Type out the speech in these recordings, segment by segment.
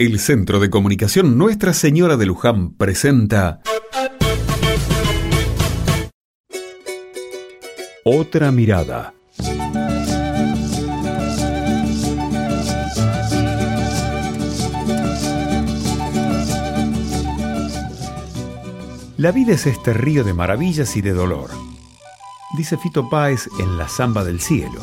El Centro de Comunicación Nuestra Señora de Luján presenta Otra Mirada. La vida es este río de maravillas y de dolor, dice Fito Páez en La Zamba del Cielo.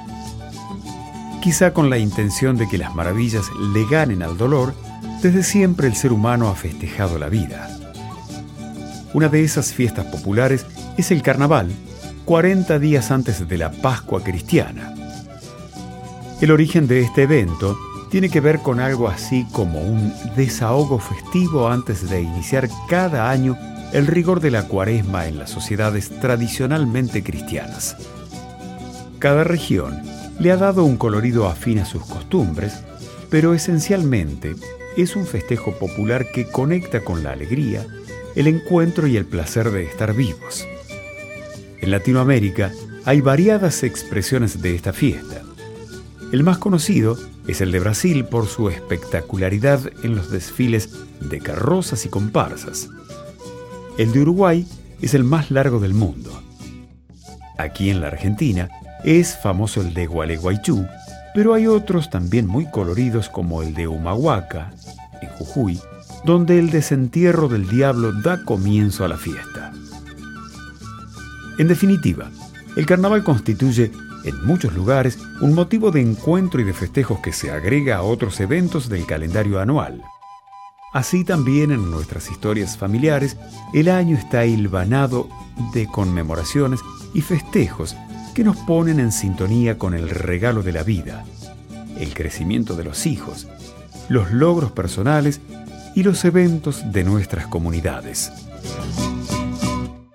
Quizá con la intención de que las maravillas le ganen al dolor, desde siempre el ser humano ha festejado la vida. Una de esas fiestas populares es el Carnaval, 40 días antes de la Pascua cristiana. El origen de este evento tiene que ver con algo así como un desahogo festivo antes de iniciar cada año el rigor de la Cuaresma en las sociedades tradicionalmente cristianas. Cada región le ha dado un colorido afín a sus costumbres, pero esencialmente es un festejo popular que conecta con la alegría, el encuentro y el placer de estar vivos. En Latinoamérica hay variadas expresiones de esta fiesta. El más conocido es el de Brasil por su espectacularidad en los desfiles de carrozas y comparsas. El de Uruguay es el más largo del mundo. Aquí en la Argentina es famoso el de Gualeguaychú, pero hay otros también muy coloridos como el de Humahuaca, en Jujuy, donde el desentierro del diablo da comienzo a la fiesta. En definitiva, el carnaval constituye, en muchos lugares, un motivo de encuentro y de festejos que se agrega a otros eventos del calendario anual. Así también en nuestras historias familiares, el año está hilvanado de conmemoraciones y festejos que nos ponen en sintonía con el regalo de la vida, el crecimiento de los hijos, los logros personales y los eventos de nuestras comunidades.